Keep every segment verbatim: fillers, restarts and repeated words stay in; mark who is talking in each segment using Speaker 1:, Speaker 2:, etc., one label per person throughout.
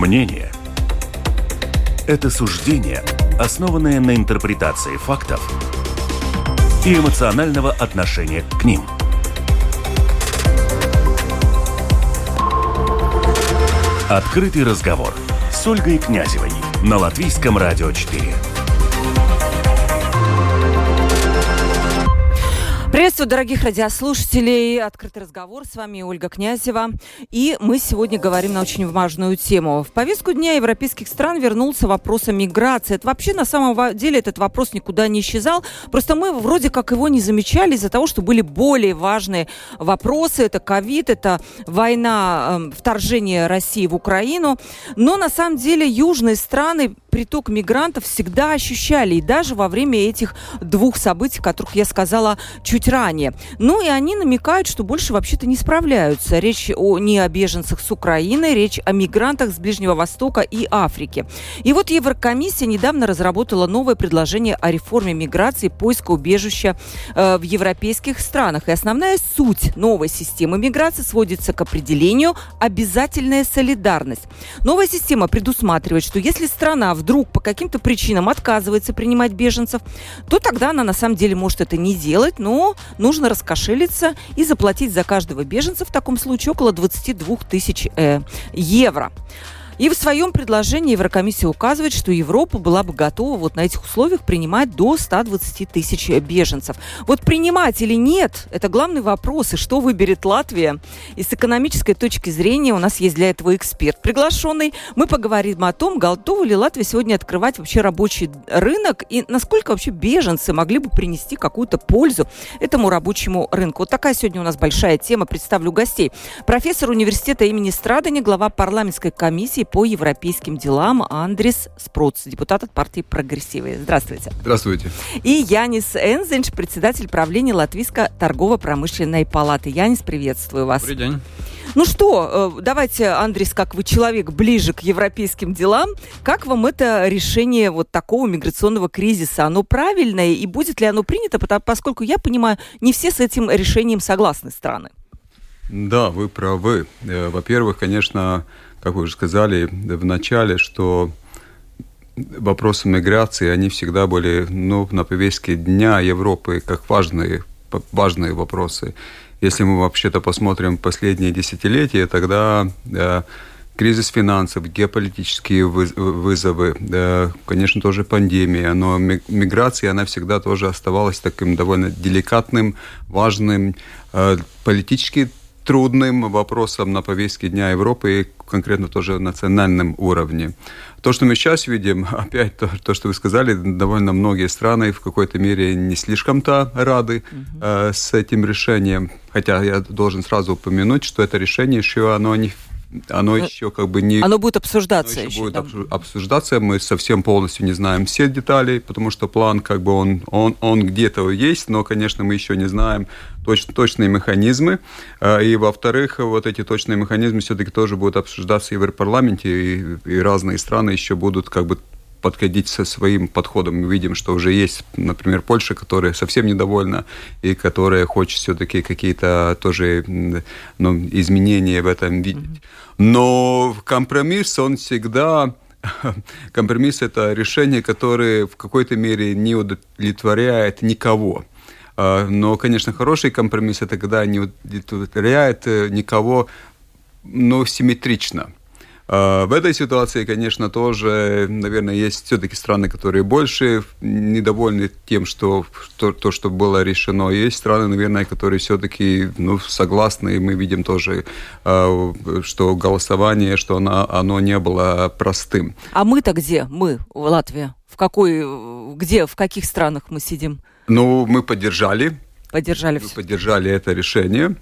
Speaker 1: Мнение – это суждение, основанное на интерпретации фактов и эмоционального отношения к ним. Открытый разговор с Ольгой Князевой на Латвийском радио четыре.
Speaker 2: Приветствую, дорогих радиослушателей. Открытый разговор. С вами Ольга Князева. И мы сегодня говорим на очень важную тему. В повестку дня европейских стран вернулся вопрос о миграции. Это вообще на самом деле этот вопрос никуда не исчезал. Просто мы вроде как его не замечали из-за того, что были более важные вопросы. Это ковид, это война, э, вторжение России в Украину. Но на самом деле южные страны приток мигрантов всегда ощущали. И даже во время этих двух событий, о которых я сказала чуть ранее. Ну и они намекают, что больше вообще-то не справляются. Речь о, не о беженцах с Украины, речь о мигрантах с Ближнего Востока и Африки. И вот Еврокомиссия недавно разработала новое предложение о реформе миграции и поиска убежища э, в европейских странах. И основная суть новой системы миграции сводится к определению «обязательная солидарность». Новая система предусматривает, что если страна вдруг по каким-то причинам отказывается принимать беженцев, то тогда она на самом деле может это не делать, но нужно раскошелиться и заплатить за каждого беженца в таком случае около двадцать два тысячи э, евро. И в своем предложении Еврокомиссия указывает, что Европа была бы готова вот на этих условиях принимать до ста двадцати тысяч беженцев. Вот принимать или нет, это главный вопрос. И что выберет Латвия? И с экономической точки зрения у нас есть для этого эксперт приглашенный. Мы поговорим о том, готова ли Латвия сегодня открывать вообще рабочий рынок и насколько вообще беженцы могли бы принести какую-то пользу этому рабочему рынку. Вот такая сегодня у нас большая тема. Представлю гостей. Профессор университета имени Страдани, глава парламентской комиссии по европейским делам Андрис Спруц, депутат от партии «Прогрессивные». Здравствуйте.
Speaker 3: Здравствуйте.
Speaker 2: И Янис Энзенш, председатель правления Латвийской торгово-промышленной палаты. Янис, приветствую вас.
Speaker 3: Добрый день.
Speaker 2: Ну что, давайте, Андрис, как вы человек ближе к европейским делам, как вам это решение вот такого миграционного кризиса? Оно правильное и будет ли оно принято? Поскольку, я понимаю, не все с этим решением согласны страны.
Speaker 3: Да, вы правы. Во-первых, конечно, как вы уже сказали в начале, что вопросы миграции, они всегда были ну, на повестке дня Европы как важные, важные вопросы. Если мы вообще-то посмотрим последние десятилетия, тогда э, кризис финансов, геополитические вызовы, э, конечно, тоже пандемия, но миграция, она всегда тоже оставалась таким довольно деликатным, важным, э, политически трудным вопросом на повестке дня Европы и конкретно тоже на национальном уровне. То, что мы сейчас видим, опять то, то что вы сказали, довольно многие страны в какой-то мере не слишком-то рады uh-huh. э, с этим решением. Хотя я должен сразу упомянуть, что это решение еще оно не Оно еще как бы не...
Speaker 2: Оно будет обсуждаться
Speaker 3: оно еще.
Speaker 2: еще
Speaker 3: будет
Speaker 2: да.
Speaker 3: обсуждаться. Мы совсем полностью не знаем все детали, потому что план как бы он, он, он где-то есть, но, конечно, мы еще не знаем точ, точные механизмы. И, во-вторых, вот эти точные механизмы все-таки тоже будут обсуждаться в Европарламенте, и, и разные страны еще будут как бы подходить со своим подходом. Мы видим, что уже есть, например, Польша, которая совсем недовольна и которая хочет все-таки какие-то тоже ну, изменения в этом видеть. Но компромисс, он всегда... Компромисс – это решение, которое в какой-то мере не удовлетворяет никого. Но, конечно, хороший компромисс – это когда не удовлетворяет никого, но симметрично. В этой ситуации, конечно, тоже, наверное, есть все-таки страны, которые больше недовольны тем, что то, то, что было решено. Есть страны, наверное, которые все-таки ну, согласны, и мы видим тоже, что голосование, что оно, оно не было простым.
Speaker 2: А мы-то где? Мы, Латвия? В какой, где, в каких странах мы сидим?
Speaker 3: Ну, мы поддержали.
Speaker 2: Поддержали
Speaker 3: мы
Speaker 2: все.
Speaker 3: поддержали это решение.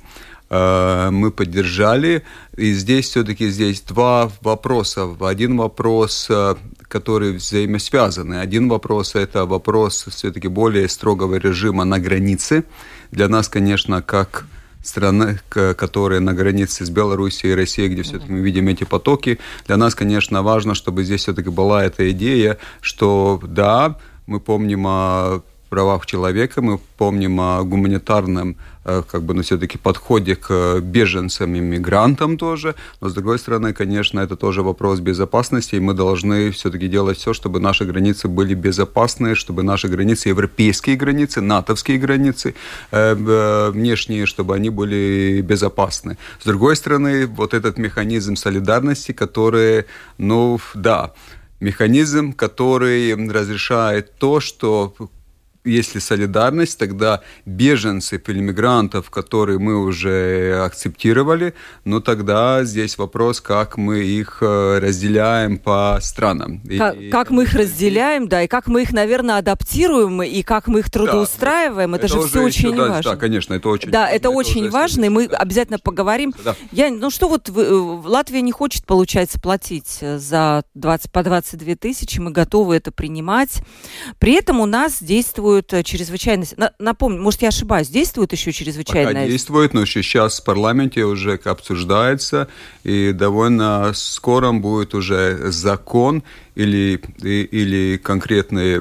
Speaker 3: Мы поддержали, и здесь все-таки здесь два вопроса. Один вопрос, который взаимосвязаны. Один вопрос – это вопрос все-таки более строгого режима на границе. Для нас, конечно, как страны, которые на границе с Белоруссией и Россией, где все-таки мы видим эти потоки, для нас, конечно, важно, чтобы здесь все-таки была эта идея, что да, мы помним о правах человека, мы помним о гуманитарном как бы, ну, все-таки подходе к беженцам и мигрантам тоже, но, с другой стороны, конечно, это тоже вопрос безопасности, и мы должны все-таки делать все, чтобы наши границы были безопасны, чтобы наши границы, европейские границы, натовские границы, э, внешние, чтобы они были безопасны. С другой стороны, вот этот механизм солидарности, который, ну, да, механизм, который разрешает то, что если солидарность, тогда беженцев или мигрантов, которые мы уже акцептировали, но тогда здесь вопрос, как мы их разделяем по странам.
Speaker 2: Как,
Speaker 3: и,
Speaker 2: как мы их разделяем, да, и как мы их, наверное, адаптируем, и как мы их трудоустраиваем, да, это, это же все очень
Speaker 3: да,
Speaker 2: важно.
Speaker 3: Да, конечно, это очень
Speaker 2: Да,
Speaker 3: важно.
Speaker 2: это, это очень важно, и мы да, обязательно поговорим. Да. Я, ну что вот, вы, Латвия не хочет, получается, платить за двадцать, по двадцать две тысячи, мы готовы это принимать. При этом у нас действует чрезвычайность. Напомню, может, я ошибаюсь, действует еще чрезвычайность?
Speaker 3: Пока действует, но сейчас в парламенте уже обсуждается, и довольно скоро будет уже закон или, или конкретные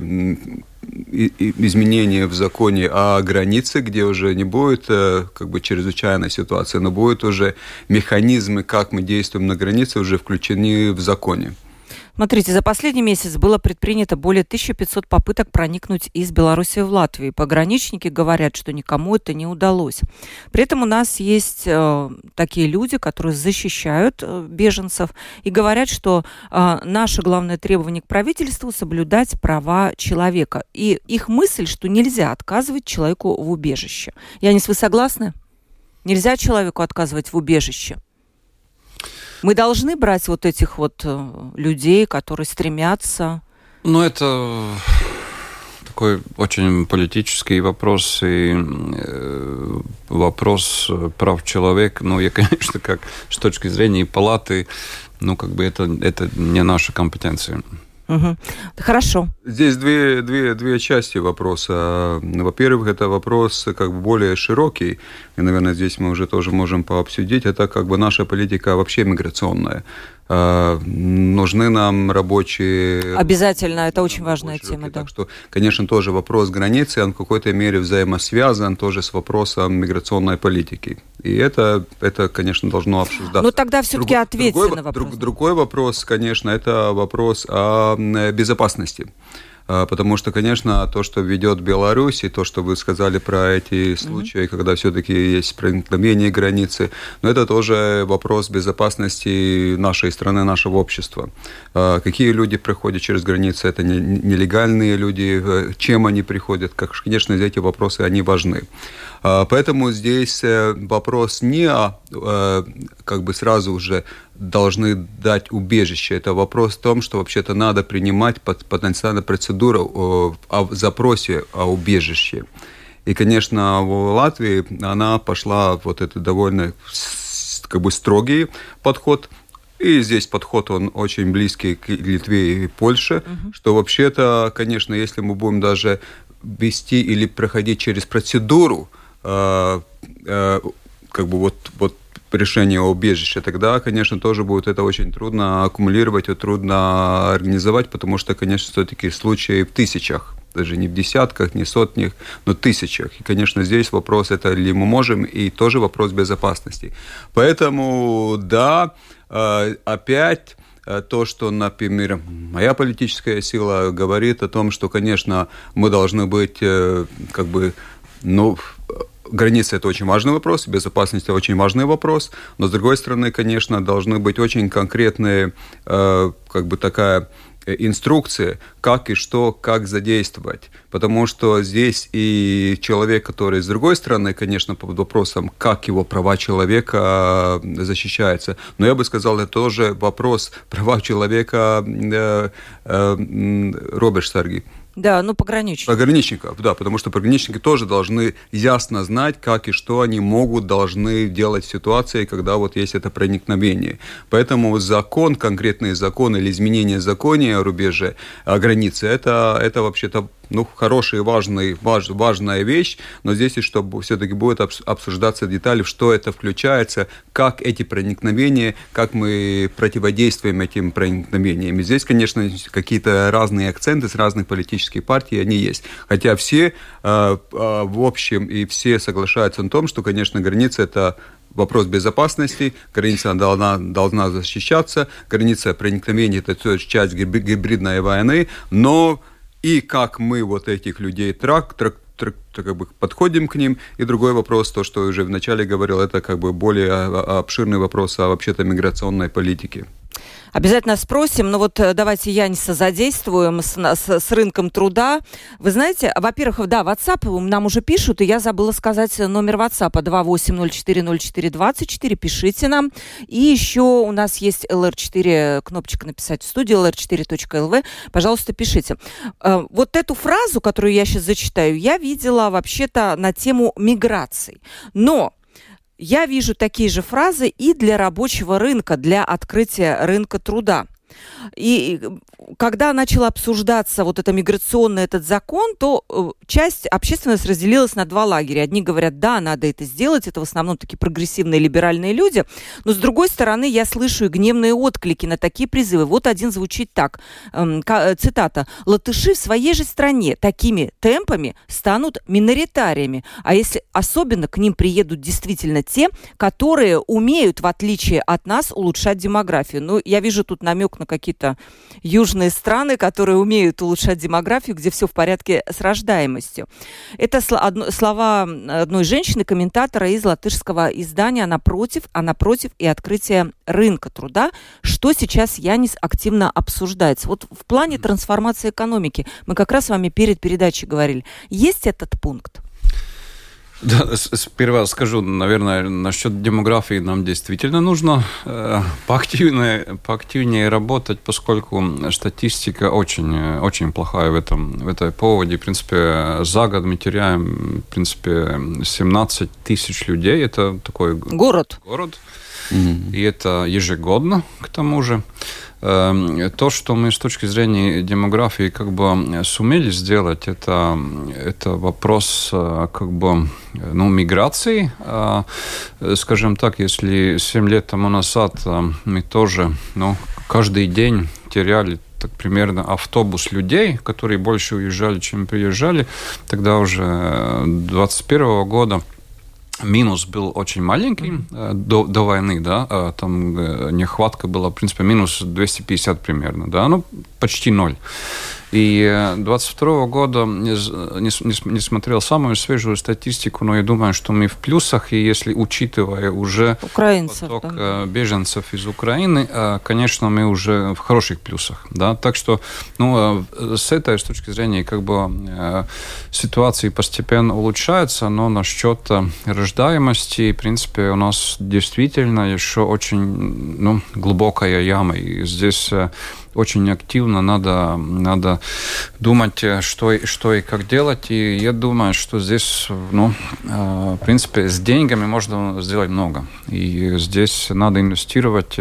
Speaker 3: изменения в законе о границе, где уже не будет как бы чрезвычайной ситуации, но будут уже механизмы, как мы действуем на границе, уже включены в законе.
Speaker 2: Смотрите, за последний месяц было предпринято более тысяча пятьсот попыток проникнуть из Беларуси в Латвию. Пограничники говорят, что никому это не удалось. При этом у нас есть э, такие люди, которые защищают э, беженцев и говорят, что э, наше главное требование к правительству – соблюдать права человека. И их мысль, что нельзя отказывать человеку в убежище. Янис, вы согласны? Нельзя человеку отказывать в убежище? Мы должны брать вот этих вот людей, которые стремятся?
Speaker 4: Ну, это такой очень политический вопрос и вопрос прав человека. Ну, я, конечно, как с точки зрения палаты, ну, как бы это, это не наша компетенция.
Speaker 2: Угу. Хорошо.
Speaker 3: Здесь две, две, две части вопроса. Во-первых, это вопрос как бы более широкий, и, наверное, здесь мы уже тоже можем пообсудить. Это как бы наша политика вообще миграционная. Нужны нам рабочие...
Speaker 2: Обязательно, это очень важная тема,
Speaker 3: руки.
Speaker 2: Да.
Speaker 3: Так что, конечно, тоже вопрос границы, он в какой-то мере взаимосвязан тоже с вопросом миграционной политики. И это, это конечно, должно обсуждаться.
Speaker 2: Но тогда все-таки Друг, ответьте
Speaker 3: другой,
Speaker 2: на вопрос.
Speaker 3: Друг, другой вопрос, конечно, это вопрос о безопасности. Потому что, конечно, то, что ведет Беларусь, и то, что вы сказали про эти случаи, mm-hmm. когда все-таки есть проникновение границы, но это тоже вопрос безопасности нашей страны, нашего общества. Какие люди приходят через границу, это нелегальные люди, чем они приходят, как, конечно, эти вопросы, они важны. Поэтому здесь вопрос не о, как бы сразу уже должны дать убежище. Это вопрос в том, что вообще-то надо принимать потенциально процедуру о, о запросе о убежище. И, конечно, в Латвии она пошла вот это довольно как бы строгий подход. И здесь подход, он очень близкий к Литве и Польше, угу. что вообще-то, конечно, если мы будем даже вести или проходить через процедуру, э, э, как бы вот, вот решение о убежище, тогда, конечно, тоже будет это очень трудно аккумулировать, и трудно организовать, потому что, конечно, все-таки случаи в тысячах, даже не в десятках, не сотнях, но тысячах. И, конечно, здесь вопрос, это ли мы можем, и тоже вопрос безопасности. Поэтому, да, опять то, что, например, моя политическая сила говорит о том, что, конечно, мы должны быть, как бы, ну, границы – это очень важный вопрос, безопасность – это очень важный вопрос, но, с другой стороны, конечно, должны быть очень конкретные, э, как бы такая инструкция, как и что, как задействовать. Потому что здесь и человек, который с другой стороны, конечно, под вопросом, как его права человека защищаются. Но я бы сказал, это тоже вопрос права человека э, э, Роберштарги.
Speaker 2: Да, ну пограничников.
Speaker 3: Пограничников, да, потому что пограничники тоже должны ясно знать, как и что они могут, должны делать в ситуации, когда вот есть это проникновение. Поэтому закон, конкретный закон или изменение закона о рубеже, о границе, это, это вообще-то ну, хорошая, важная, важ, важная вещь, но здесь и чтобы все-таки будет обсуждаться детали, что это включается, как эти проникновения, как мы противодействуем этим проникновениям. И здесь, конечно, какие-то разные акценты с разных политических партий, они есть. Хотя все э, э, в общем и все соглашаются на том, что, конечно, граница – это вопрос безопасности, граница должна, должна защищаться, граница проникновения – это часть гибридной войны, но и как мы вот этих людей трак, трак, трак, как бы подходим к ним. И другой вопрос, то, что я уже вначале говорил, это как бы более обширный вопрос о вообще-то миграционной политике.
Speaker 2: Обязательно спросим, но вот давайте Яниса задействуем с, с, с рынком труда. Вы знаете, во-первых, да, WhatsApp нам уже пишут, и я забыла сказать номер WhatsApp два восемь ноль четыре ноль четыре двадцать четыре, пишите нам. И еще у нас есть эл эр четыре, кнопочка написать в студию, эл эр четыре точка эл ви, пожалуйста, пишите. Вот эту фразу, которую я сейчас зачитаю, я видела вообще-то на тему миграции. Но я вижу такие же фразы и для рабочего рынка, для открытия рынка труда. И когда начал обсуждаться вот это миграционный этот закон, то часть общественности разделилась на два лагеря. Одни говорят, да, надо это сделать, это в основном такие прогрессивные либеральные люди, но с другой стороны я слышу и гневные отклики на такие призывы. Вот один звучит так, эм, цитата: «Латыши в своей же стране такими темпами станут миноритариями, а если особенно к ним приедут действительно те, которые умеют, в отличие от нас, улучшать демографию». Ну, я вижу тут намек на какие-то южные страны, которые умеют улучшать демографию, где все в порядке с рождаемостью. Это слова одной женщины, комментатора из латышского издания «А напротив, а напротив» и открытие рынка труда, что сейчас Янис активно обсуждается. Вот в плане трансформации экономики, мы как раз с вами перед передачей говорили, есть этот пункт?
Speaker 4: Да, сперва скажу, наверное, насчет демографии нам действительно нужно э, поактивнее, поактивнее работать, поскольку статистика очень, очень плохая в этом, в этой поводе. В принципе, за год мы теряем, в принципе, семнадцать тысяч людей. Это такой
Speaker 2: город.
Speaker 4: город. Mm-hmm. И это ежегодно, к тому же. То, что мы с точки зрения демографии как бы сумели сделать, это, это вопрос как бы, ну, миграции. Скажем так, если семь лет тому назад мы тоже, ну, каждый день теряли так примерно автобус людей, которые больше уезжали, чем приезжали, тогда уже двадцать первого года минус был очень маленький mm-hmm. до, до войны, да, там нехватка была, в принципе, минус двести пятьдесят примерно, да, ну, почти ноль. И двадцать второго года не, не, не смотрел самую свежую статистику, но я думаю, что мы в плюсах, и если, учитывая уже
Speaker 2: украинцев,
Speaker 4: поток
Speaker 2: да.
Speaker 4: беженцев из Украины, конечно, мы уже в хороших плюсах, да, так что, ну, с этой с точки зрения, как бы, ситуации постепенно улучшается, но насчет рождаемости, в принципе, у нас действительно еще очень, ну, глубокая яма, и здесь очень активно надо, надо думать, что, что и как делать. И я думаю, что здесь, ну, в принципе, с деньгами можно сделать много. И здесь надо инвестировать.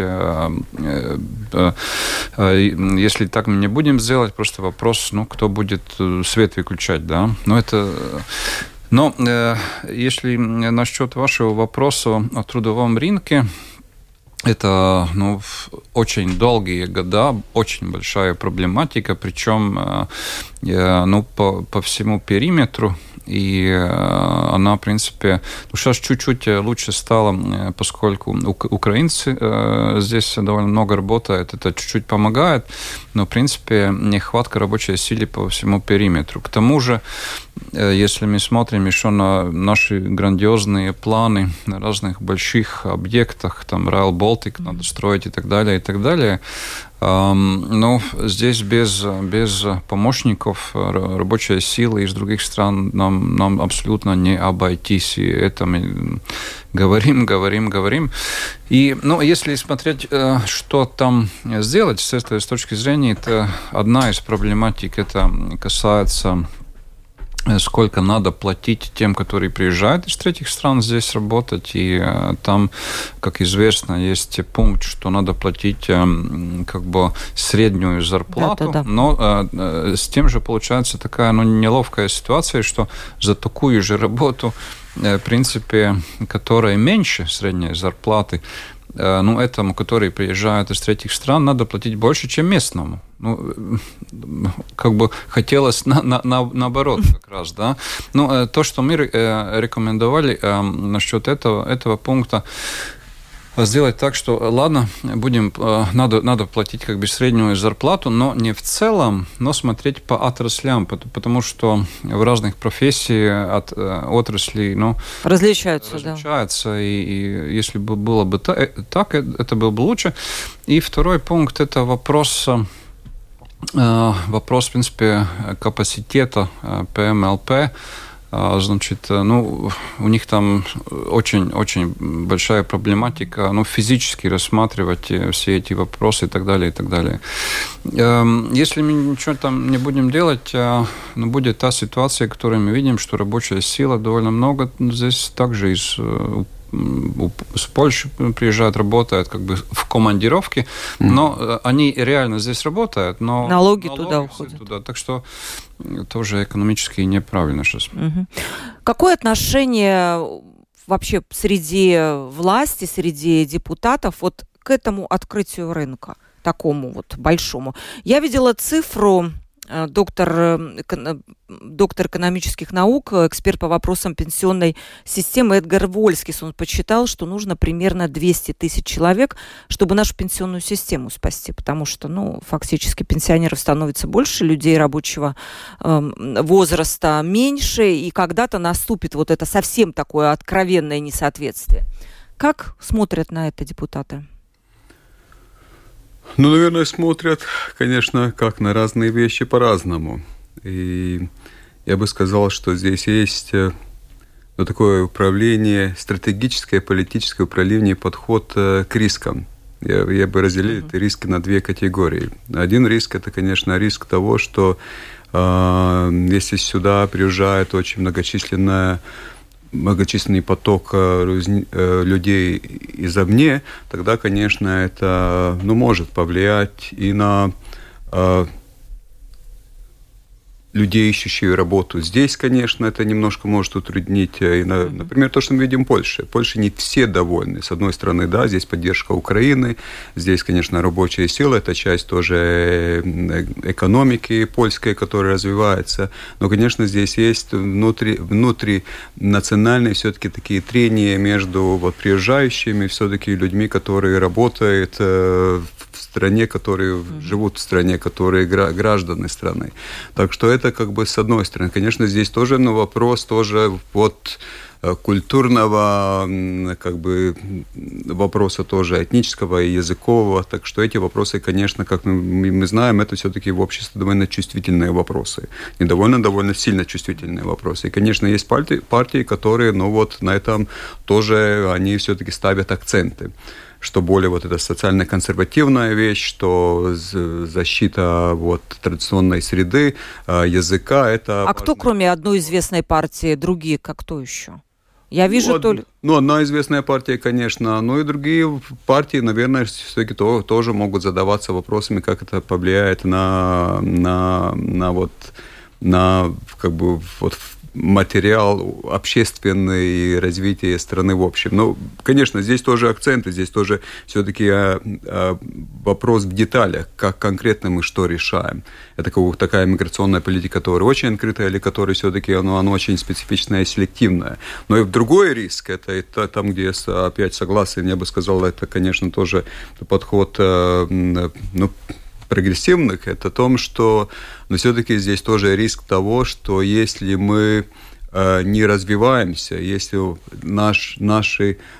Speaker 4: Если так мы не будем сделать, просто вопрос, ну, кто будет свет выключать, да? Но это... Но если насчет вашего вопроса о трудовом рынке, это, ну, очень долгие года, очень большая проблематика, причем, ну, по, по всему периметру. И она, в принципе, ну, сейчас чуть-чуть лучше стало, поскольку украинцы здесь довольно много работают, это чуть-чуть помогает, но, в принципе, нехватка рабочей силы по всему периметру. К тому же, если мы смотрим еще на наши грандиозные планы на разных больших объектах, там Rail Baltic надо строить и так далее, и так далее, ну, здесь без, без помощников рабочей силы из других стран нам, нам абсолютно не обойтись. И это мы говорим, говорим, говорим. И, ну, если смотреть, что там сделать с этой с точки зрения, это одна из проблематик, это касается сколько надо платить тем, которые приезжают из третьих стран здесь работать. И там, как известно, есть пункт, что надо платить как бы среднюю зарплату. Да, да, да. Но с тем же получается такая ну, неловкая ситуация, что за такую же работу, в принципе, которая меньше средней зарплаты, ну, этому, который приезжает из третьих стран, надо платить больше, чем местному. Ну, как бы хотелось на, на, на, наоборот как раз, да. Ну, то, что мы рекомендовали насчет этого, этого пункта, сделать так, что, ладно, будем, надо, надо платить как бы среднюю зарплату, но не в целом, но смотреть по отраслям, потому что в разных профессиях от отраслей, ну,
Speaker 2: различаются,
Speaker 4: различаются
Speaker 2: да.
Speaker 4: и, и если бы было бы так, это было бы лучше. И второй пункт – это вопрос, вопрос, в принципе, капацитета пэ эм эл пэ. Значит, ну, у них там очень-очень большая проблематика, ну, физически рассматривать все эти вопросы и так далее, и так далее. Если мы ничего там не будем делать, ну, будет та ситуация, которую мы видим, что рабочая сила довольно много здесь также из с Польши приезжают, работают как бы в командировке, но они реально здесь работают, но
Speaker 2: налоги, налоги туда уходят.
Speaker 4: Туда, так что тоже экономически неправильно сейчас.
Speaker 2: Угу. Какое отношение вообще среди власти, среди депутатов вот к этому открытию рынка, такому вот большому? Я видела цифру. Доктор, доктор экономических наук, эксперт по вопросам пенсионной системы Эдгар Вольскис, он подсчитал, что нужно примерно двести тысяч человек, чтобы нашу пенсионную систему спасти, потому что, ну, фактически пенсионеров становится больше, людей рабочего э, возраста меньше, и когда-то наступит вот это совсем такое откровенное несоответствие. Как смотрят на это депутаты?
Speaker 3: Ну, наверное, смотрят, конечно, как на разные вещи по-разному. И я бы сказал, что здесь есть ну, такое управление, стратегическое, политическое управление, подход к рискам. Я, я бы разделил mm-hmm. эти риски на две категории. Один риск – это, конечно, риск того, что э, если сюда приезжает очень многочисленная многочисленный поток людей извне, тогда, конечно, это ну, может повлиять и на э, людей, ищущих работу. Здесь, конечно, это немножко может утруднить. И, на, например, то, что мы видим в Польше. В Польше не все довольны. С одной стороны, да, здесь поддержка Украины, здесь, конечно, рабочая сила, это часть тоже экономики польской, которая развивается. Но, конечно, здесь есть внутри, внутринациональные все-таки такие трения между вот, приезжающими, все-таки людьми, которые работают э, в стране, которые mm-hmm. живут в стране, которые граждане страны. Так что это как бы с одной стороны. Конечно, здесь тоже ну, вопрос тоже вот культурного, как бы вопроса тоже этнического и языкового. Так что эти вопросы, конечно, как мы, мы знаем, это все-таки в обществе довольно чувствительные вопросы. И довольно, довольно сильно чувствительные вопросы. И, конечно, есть партии, партии, которые, ну вот, на этом тоже они все-таки ставят акценты. Что более вот эта социально-консервативная вещь, что защита вот, традиционной среды, языка, это...
Speaker 2: А важно. Кто, кроме одной известной партии, другие, как кто еще? Я вижу
Speaker 3: ну,
Speaker 2: только...
Speaker 3: Ну, одна известная партия, конечно, но и другие партии, наверное, все-таки то, тоже могут задаваться вопросами, как это повлияет на, на, на вот, на, как бы, вот, материал общественный и развитие страны в общем. Ну, конечно, здесь тоже акценты, здесь тоже все-таки а, а, вопрос в деталях, как конкретно мы что решаем. Это такая миграционная политика, которая очень открытая, или которая все-таки она, она очень специфичная и селективная. Но и другой риск, это, это там, где я опять согласен, я бы сказал, это, конечно, тоже подход, ну, прогрессивных, это о том, что но все-таки здесь тоже риск того, что если мы э, не развиваемся, если наш, наши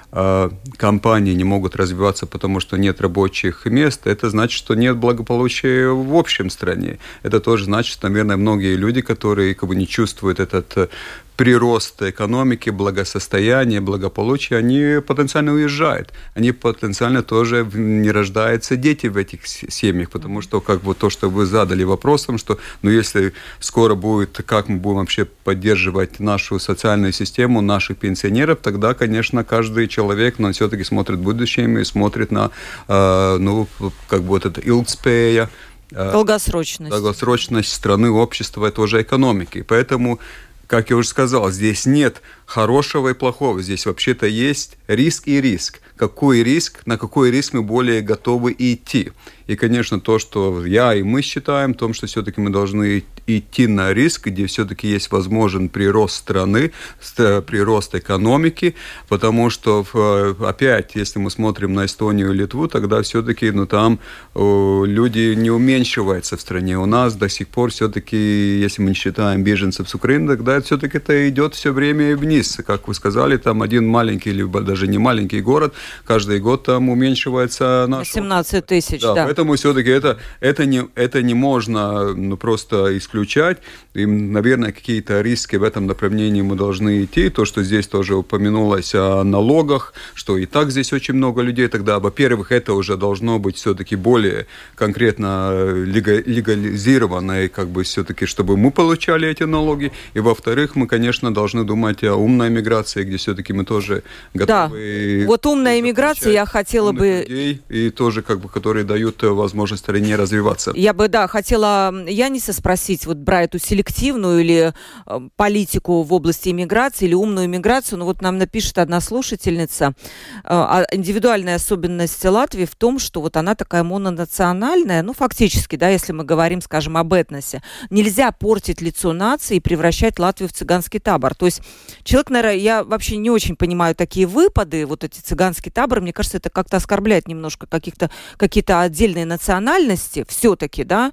Speaker 3: компании не могут развиваться, потому что нет рабочих мест, это значит, что нет благополучия в общем стране. Это тоже значит, наверное, многие люди, которые как бы не чувствуют этот прирост экономики, благосостояния, благополучия, они потенциально уезжают. Они потенциально тоже не рождаются дети в этих семьях, потому что как бы то, что вы задали вопросом, что ну, если скоро будет, как мы будем вообще поддерживать нашу социальную систему, наших пенсионеров, тогда, конечно, каждый человек, но он все-таки смотрит в будущее и смотрит на, э, ну, как бы вот это илдспея, э,
Speaker 2: долгосрочность.
Speaker 3: долгосрочность страны, общества, тоже экономики. Поэтому, как я уже сказал, здесь нет хорошего и плохого. Здесь вообще-то есть риск и риск. Какой риск, на какой риск мы более готовы идти. И, конечно, то, что я и мы считаем, в том, что все-таки мы должны идти на риск, где все-таки есть возможен прирост страны, прирост экономики, потому что, опять, если мы смотрим на Эстонию и Литву, тогда все-таки ну, там о, люди не уменьшиваются в стране. У нас до сих пор все-таки, если мы не считаем беженцев с Украины, тогда все-таки это идет все время вниз. Как вы сказали, там один маленький, либо даже не маленький город, каждый год там уменьшивается наш...
Speaker 2: восемнадцать тысяч, да.
Speaker 3: да. Поэтому все-таки это, это, не, это не можно ну, просто исключать. И, наверное, какие-то риски в этом направлении мы должны идти. То, что здесь тоже упомянулось о налогах, что и так здесь очень много людей. Тогда, во-первых, это уже должно быть все-таки более конкретно легализировано, и как бы все-таки, чтобы мы получали эти налоги. И, во-вторых, мы, конечно, должны думать о умной миграции, где все-таки мы тоже готовы...
Speaker 2: Да, вот умная иммиграция я хотела бы...
Speaker 3: людей, и тоже, как бы, которые дают возможность стране развиваться.
Speaker 2: Я бы, да, хотела Яниса спросить, вот брать эту селективную или э, политику в области иммиграции, или умную иммиграцию. Ну вот нам напишет одна слушательница, э, индивидуальная особенность Латвии в том, что вот она такая мононациональная, ну фактически, да, если мы говорим, скажем, об этносе. Нельзя портить лицо нации и превращать Латвию в цыганский табор. То есть человек, наверное, я вообще не очень понимаю такие выпады, вот эти цыганский табор, мне кажется, это как-то оскорбляет немножко каких-то, какие-то отдельные национальности, все-таки, да,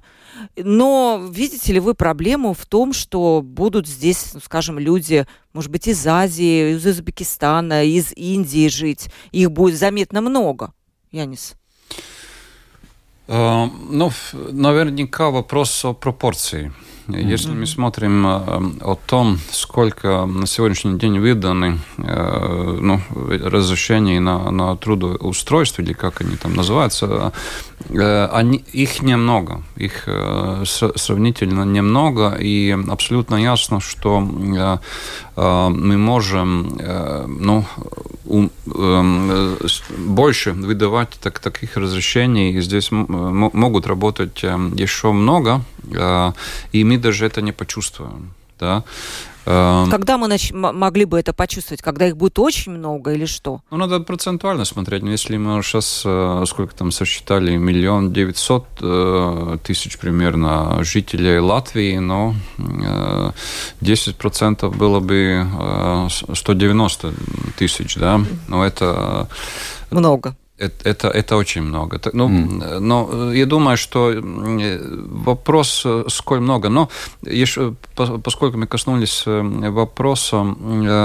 Speaker 2: но видите ли вы проблему в том, что будут здесь, ну, скажем, люди, может быть, из Азии, из Узбекистана, из Индии жить, их будет заметно много, Янис?
Speaker 4: Uh, ну, наверняка вопрос о пропорции. Если mm-hmm. мы смотрим э, о том, сколько на сегодняшний день выданы э, ну, разрешений на, на трудоустройство, или как они там называются, э, они, их немного, их э, сравнительно немного, и абсолютно ясно, что э, э, мы можем э, ну, у, э, больше выдавать так, таких разрешений, и здесь м- м- могут работать э, еще много, э, и мы даже это не почувствуем. Да?
Speaker 2: Когда мы нач- могли бы это почувствовать? Когда их будет очень много или что?
Speaker 4: Ну, надо процентуально смотреть. Если мы сейчас, сколько там сосчитали, миллион девятьсот тысяч примерно жителей Латвии, но десять процентов было бы сто девяносто тысяч, да? Но это...
Speaker 2: Много.
Speaker 4: Это, это, это очень много. Ну, mm. Но я думаю, что вопрос, сколь много, но еще, поскольку мы коснулись вопроса,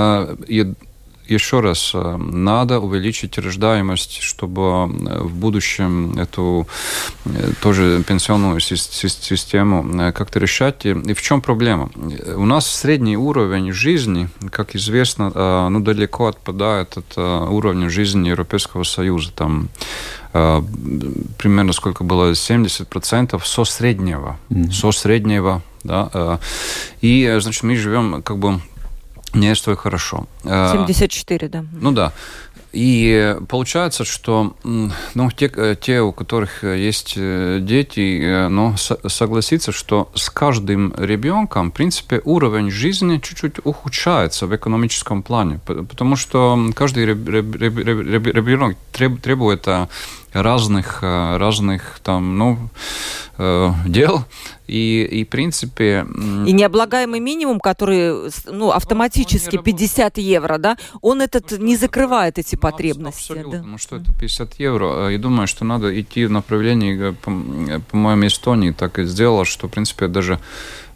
Speaker 4: еще раз, надо увеличить рождаемость, чтобы в будущем эту тоже пенсионную систему как-то решать. И в чем проблема? У нас средний уровень жизни, как известно, ну, далеко отпадает от уровня жизни Европейского Союза. Там примерно сколько было? семьдесят процентов со среднего. Mm-hmm. Со среднего, да. И, значит, мы живем как бы не столь хорошо.
Speaker 2: семьдесят четыре, да.
Speaker 4: Ну да. И получается, что ну, те, те, у которых есть дети, ну, согласиться, что с каждым ребенком, в принципе, уровень жизни чуть-чуть ухудшается в экономическом плане, потому что каждый ребенок требует разных, разных там, ну, дел, и, и в принципе...
Speaker 2: И необлагаемый минимум, который, ну, автоматически пятьдесят евро, да, он этот не закрывает эти ну, потребности.
Speaker 4: Абсолютно,
Speaker 2: да.
Speaker 4: Ну, что это пятьдесят евро? Я думаю, что надо идти в направлении, по-моему, Эстонии так и сделала, что, в принципе, даже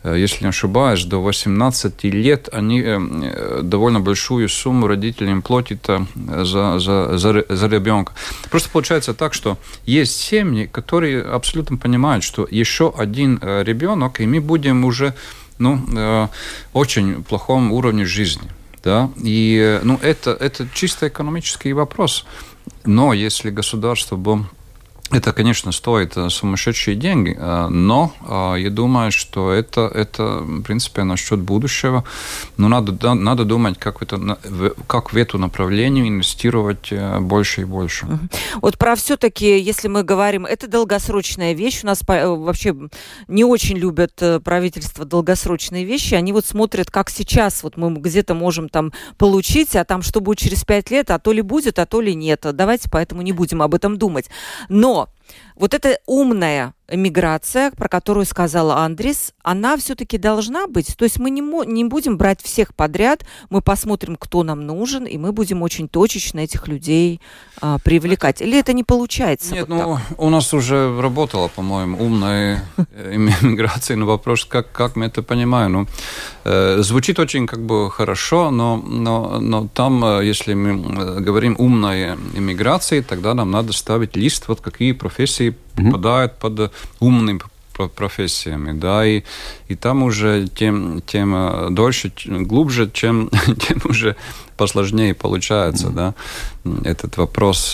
Speaker 4: если не ошибаюсь, до восемнадцати лет они довольно большую сумму родителям платят за, за, за, за ребенка. Просто получается так, что есть семьи, которые абсолютно понимают, что еще один ребенок, и мы будем уже ну, очень плохом уровне жизни. Да? И ну, это, это чисто экономический вопрос. Но если государство бы... Это, конечно, стоит сумасшедшие деньги, но я думаю, что это, это в принципе, насчет будущего. Но надо, надо думать, как в, это, как в это направление инвестировать больше и больше.
Speaker 2: Вот про все-таки, если мы говорим, это долгосрочная вещь. У нас вообще не очень любят правительство долгосрочные вещи. Они вот смотрят, как сейчас. Вот мы где-то можем там получить, а там что будет через пять лет, а то ли будет, а то ли нет. Давайте поэтому не будем об этом думать. Но вот эта умная эмиграция, про которую сказала Андрис, она все-таки должна быть. То есть мы не, не будем брать всех подряд, мы посмотрим, кто нам нужен, и мы будем очень точечно этих людей а, привлекать. Или это не получается?
Speaker 4: Нет,
Speaker 2: вот
Speaker 4: ну, так? У нас уже работала, по-моему, умная эмиграция на вопрос, как, как мы это понимаем. Ну, э, звучит очень как бы хорошо, но, но, но там, если мы говорим умная эмиграция, тогда нам надо ставить лист, вот какие профессии попадают под умными профессиями, да, и, и там уже тем, тем дольше, глубже, чем, тем уже посложнее получается, mm-hmm. да, этот вопрос.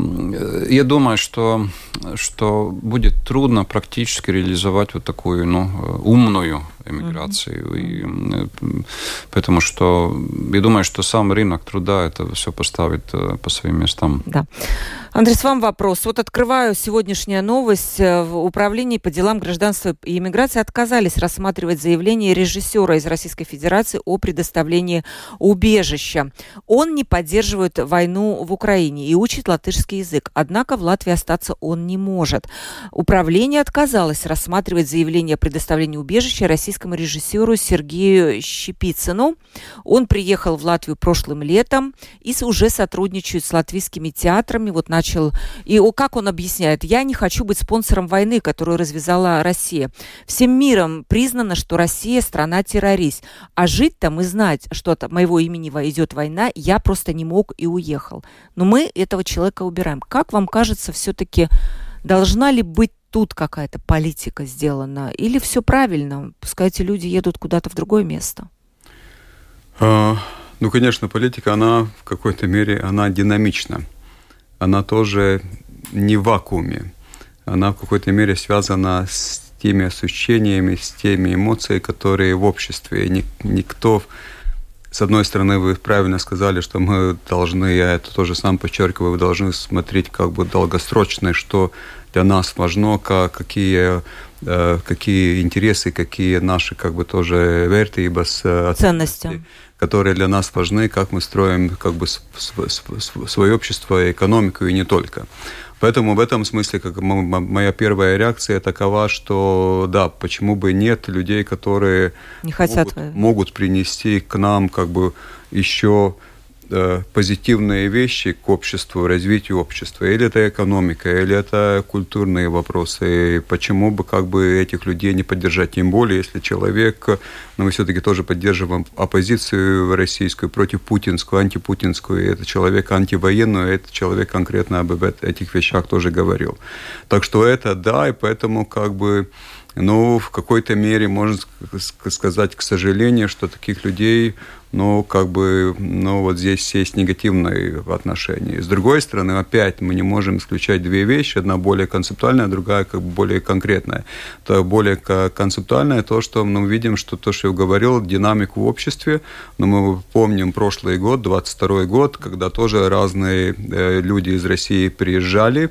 Speaker 4: Я думаю, что, что будет трудно практически реализовать вот такую, ну, умную эмиграцию, mm-hmm. и, потому что я думаю, что сам рынок труда это все поставит по своим местам.
Speaker 2: Да. Андрей, вам вопрос. Вот открываю сегодняшняя новость. В Управлении по делам гражданства и иммиграции отказались рассматривать заявление режиссера из Российской Федерации о предоставлении убежища. Он не поддерживает войну в Украине и учит латышский язык. Однако в Латвии остаться он не может. Управление отказалось рассматривать заявление о предоставлении убежища российскому режиссеру Сергею Щепицыну. Он приехал в Латвию прошлым летом и уже сотрудничает с латвийскими театрами. Вот начал. И как он объясняет? Я не хочу быть спонсором войны, которую развязала Россия. Всем миром признано, что Россия страна-террорист. А жить там и знать, что от моего имени идет война, я просто не мог и уехал. Но мы этого человека убираем. Как вам кажется, все-таки должна ли быть тут какая-то политика сделана? Или все правильно? Пускай эти люди едут куда-то в другое место.
Speaker 3: А, ну, конечно, политика, она в какой-то мере, она динамична. Она тоже не в вакууме. Она в какой-то мере связана с теми ощущениями, с теми эмоциями, которые в обществе. Никто... С одной стороны, вы правильно сказали, что мы должны, я это тоже сам подчеркиваю, вы должны смотреть как бы долгосрочно, что для нас важно, как, какие, э, какие интересы, какие наши как бы тоже верты, ибо
Speaker 2: ценности,
Speaker 3: которые для нас важны, как мы строим как бы свое общество, экономику и не только. Поэтому в этом смысле как моя первая реакция такова, что да, почему бы нет людей, которые
Speaker 2: не хотят
Speaker 3: могут, могут принести к нам как бы еще э, позитивные вещи к обществу, развитию общества. Или это экономика, или это культурные вопросы. И почему бы как бы этих людей не поддержать? Тем более, если человек, но мы все-таки тоже поддерживаем оппозицию российскую против путинскую, антипутинскую. И это человек антивоенный, это человек конкретно об этих вещах тоже говорил. Так что это да, и поэтому как бы, ну, в какой-то мере можно сказать, к сожалению, что таких людей, ну, как бы, ну, вот здесь есть негативные отношения. С другой стороны, опять мы не можем исключать две вещи. Одна более концептуальная, другая как бы более конкретная. То более концептуальная то, что мы видим, что то, что я говорил, динамику в обществе. Но мы помним прошлый год, двадцать второй год, когда тоже разные люди из России приезжали,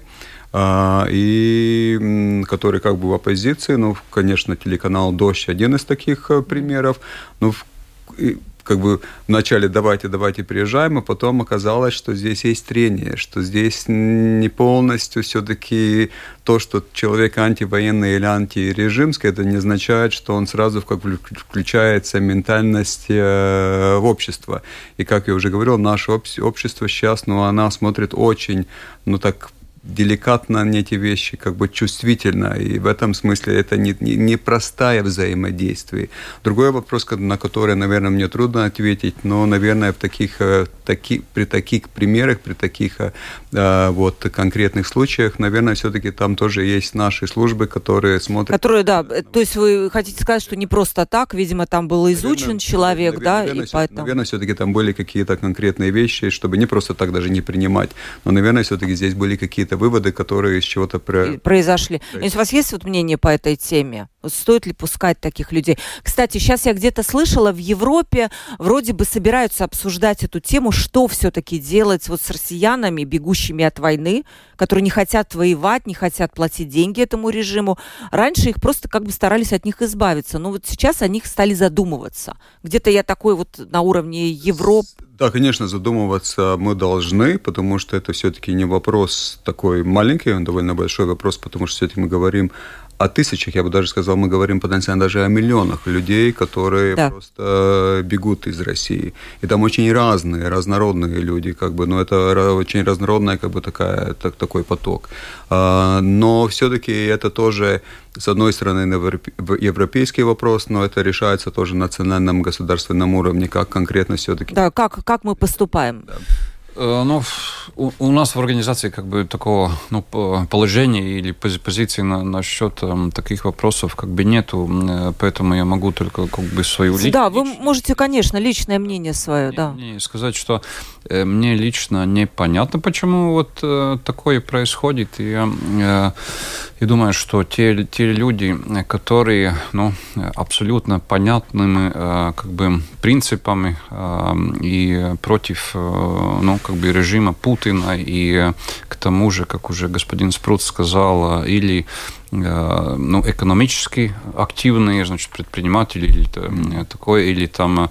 Speaker 3: и которые как бы в оппозиции. Ну, конечно, телеканал «Дождь» один из таких примеров. Ну, как бы вначале давайте, давайте приезжаем, а потом оказалось, что здесь есть трение, что здесь не полностью все-таки то, что человек антивоенный или антирежимский, это не означает, что он сразу как бы включается в ментальность э, в общество. И как я уже говорил, наше общество сейчас, ну, она смотрит очень, ну, так, деликатно эти вещи, как бы чувствительно, и в этом смысле это не, не, не простое взаимодействие. Другой вопрос, на который, наверное, мне трудно ответить, но, наверное, в таких, таки, при таких примерах, при таких вот, конкретных случаях, наверное, все-таки там тоже есть наши службы, которые смотрят...
Speaker 2: Которые, да, то есть вы хотите сказать, что не просто так, видимо, там был изучен наверное, человек, наверное, да,
Speaker 3: наверное,
Speaker 2: и поэтому...
Speaker 3: Наверное, все-таки там были какие-то конкретные вещи, чтобы не просто так даже не принимать, но, наверное, все-таки здесь были какие-то выводы, которые из чего-то про...
Speaker 2: произошли. То есть у вас есть вот мнение по этой теме? Стоит ли пускать таких людей? Кстати, сейчас я где-то слышала, в Европе вроде бы собираются обсуждать эту тему, что все-таки делать вот с россиянами, бегущими от войны, которые не хотят воевать, не хотят платить деньги этому режиму. Раньше их просто как бы старались от них избавиться, но вот сейчас о них стали задумываться. Где-то я такой вот на уровне Европы.
Speaker 3: Да, конечно, задумываться мы должны, потому что это все-таки не вопрос такой маленький, он довольно большой вопрос, потому что все-таки мы говорим о тысячах, я бы даже сказал, мы говорим потенциально даже о миллионах людей, которые да. просто бегут из России. И там очень разные, разнородные люди, как бы, но это очень разнородная, как бы, такая, так, такой поток. Но все-таки это тоже, с одной стороны, европейский вопрос, но это решается тоже на национальном государственном уровне, как конкретно все-таки.
Speaker 2: Да, как, как мы поступаем.
Speaker 3: Да.
Speaker 4: Ну, у, у нас в организации как бы такого ну, положения или позиции на, насчет um, таких вопросов как бы нету, поэтому я могу только как бы свою личную...
Speaker 2: Да, вы можете, конечно, личное мнение свое,
Speaker 4: мне,
Speaker 2: да.
Speaker 4: Мне сказать, что э, мне лично непонятно, почему вот э, такое происходит, и я, э, я думаю, что те, те люди, которые ну, абсолютно понятными э, как бы принципами э, и против э, ну, как бы режима Путина, и к тому же, как уже господин Спруц сказал, или ну, экономически активные, значит, предприниматели или такое, или там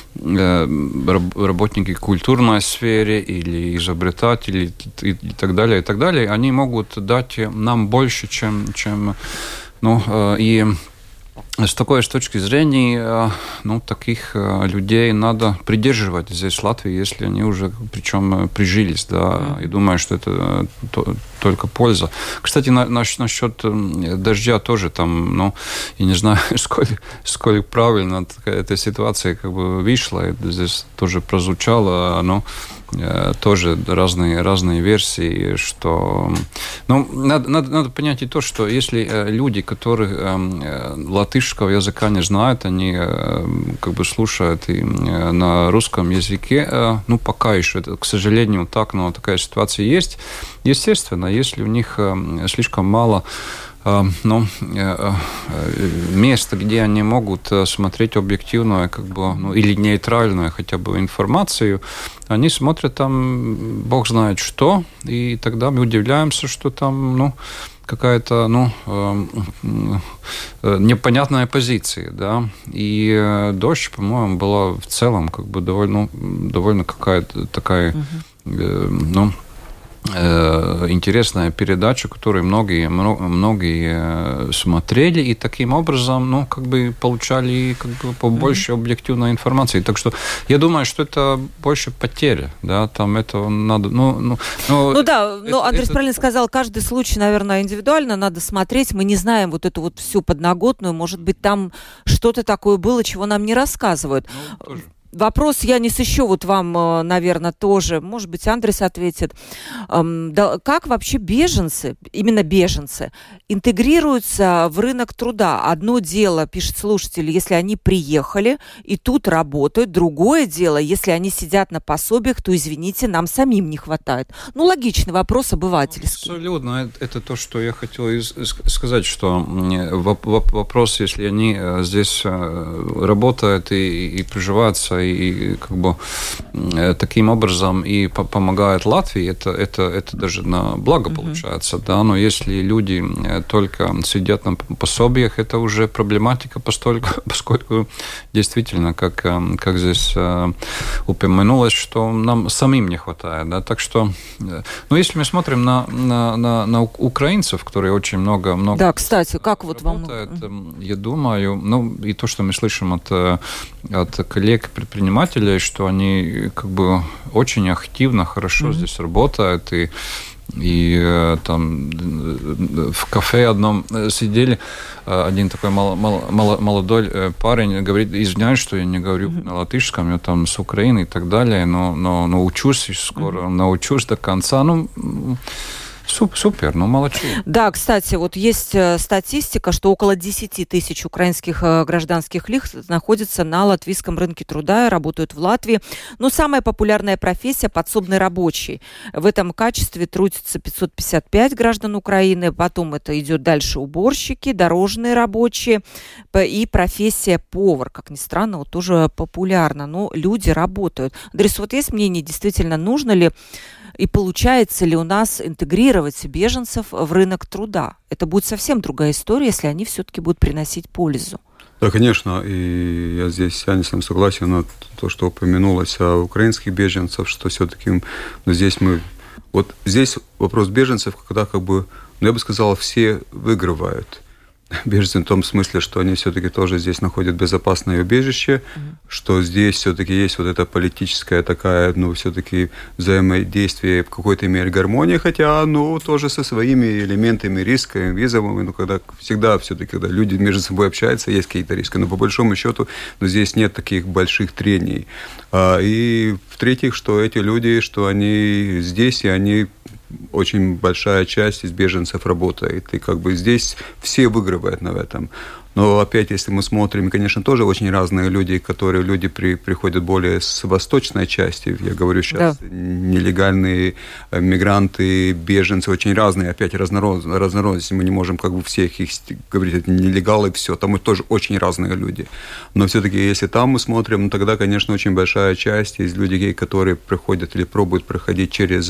Speaker 4: работники культурной сферы, или изобретатели и так далее, и так далее, они могут дать нам больше, чем, чем ну, и с такой с точки зрения, ну, таких людей надо придерживать здесь в Латвии, если они уже, причем, прижились, да, и думаю, что это то, только польза. Кстати, на, на, насчет дождя тоже там, ну, я не знаю, сколько, сколько правильно эта ситуация как бы вышла, здесь тоже прозвучало, но тоже разные, разные версии, что... Ну, надо, надо, надо понять и то, что если люди, которые латышского языка не знают, они как бы слушают и на русском языке, ну, пока еще, это, к сожалению, так, но такая ситуация есть. Естественно, если у них слишком мало ну, место, где они могут смотреть объективную как бы, ну, или нейтральную хотя бы информацию, они смотрят там бог знает что, и тогда мы удивляемся, что там ну, какая-то ну, непонятная позиция. Да? И «Дождь», по-моему, была в целом как бы довольно, довольно какая-то такая... Uh-huh. ну, интересная передача, которую многие, многие смотрели и таким образом, ну, как бы получали как бы побольше объективной информации. Так что я думаю, что это больше потеря, да, там это надо, ну... Ну,
Speaker 2: ну, ну да, это, ну, Андрей это... правильно сказал, каждый случай, наверное, индивидуально надо смотреть, мы не знаем вот эту вот всю подноготную, может быть, там что-то такое было, чего нам не рассказывают. Ну, тоже. Вопрос я не сыщу, вот вам, наверное, тоже, может быть, Андрес ответит. Как вообще беженцы, именно беженцы, интегрируются в рынок труда? Одно дело, пишет слушатель, если они приехали и тут работают. Другое дело, если они сидят на пособиях, то, извините, нам самим не хватает. Ну, логичный вопрос обывательский.
Speaker 4: Абсолютно. Это то, что я хотел сказать, что вопрос, если они здесь работают и, и приживаются, и как бы таким образом и помогает Латвии, это, это, это даже на благо uh-huh. получается, да, но если люди только сидят на пособиях, это уже проблематика, поскольку, поскольку действительно, как, как здесь упомянулось, что нам самим не хватает, да, так что, ну, если мы смотрим на, на, на, на украинцев, которые очень много, много
Speaker 2: да, кстати, как вот
Speaker 4: работают, вам... я думаю, ну, и то, что мы слышим от, от коллег, предпринимателей, что они как бы очень активно, хорошо mm-hmm. здесь работают, и И там в кафе одном сидели, один такой молодой парень говорит: извиняюсь, что я не говорю mm-hmm. на латышском, я там с Украины и так далее, но, но научусь скоро, mm-hmm. научусь до конца. Ну, супер, ну молодцы.
Speaker 2: Да, кстати, вот есть статистика, что около десять тысяч украинских гражданских лиц находятся на латвийском рынке труда и работают в Латвии. Но самая популярная профессия – подсобный рабочий. В этом качестве трудится пятьсот пятьдесят пять граждан Украины. Потом это идет дальше уборщики, дорожные рабочие и профессия повар. Как ни странно, вот тоже популярна. Но люди работают. Андрей, вот есть мнение, действительно, нужно ли и получается ли у нас интегрировать беженцев в рынок труда? Это будет совсем другая история, если они все-таки будут приносить пользу.
Speaker 3: Да, конечно, и я здесь с Янисом согласен на то, что упомянулось о украинских беженцев, что все-таки ну, здесь мы... Вот здесь вопрос беженцев, когда как бы, ну, я бы сказал, все выигрывают. Беженцы в том смысле, что они все-таки тоже здесь находят безопасное убежище, mm-hmm. что здесь все-таки есть вот эта политическая такая, ну, все-таки взаимодействие в какой-то мере гармонии, хотя, ну, тоже со своими элементами, рисками, визовыми, ну, когда всегда все-таки, когда люди между собой общаются, есть какие-то риски, но по большому счету, ну, здесь нет таких больших трений. А, и в-третьих, что эти люди, что они здесь, и они очень большая часть из беженцев работает. И как бы здесь все выигрывают на этом. Но опять, если мы смотрим, конечно, тоже очень разные люди, которые люди при, приходят более с восточной части. Я говорю сейчас, да. Нелегальные мигранты, беженцы, очень разные, опять разнородные. разнородность. Мы не можем как бы всех их говорить, это нелегалы, все. Там тоже очень разные люди. Но все-таки, если там мы смотрим, ну, тогда, конечно, очень большая часть из людей, которые приходят или пробуют проходить через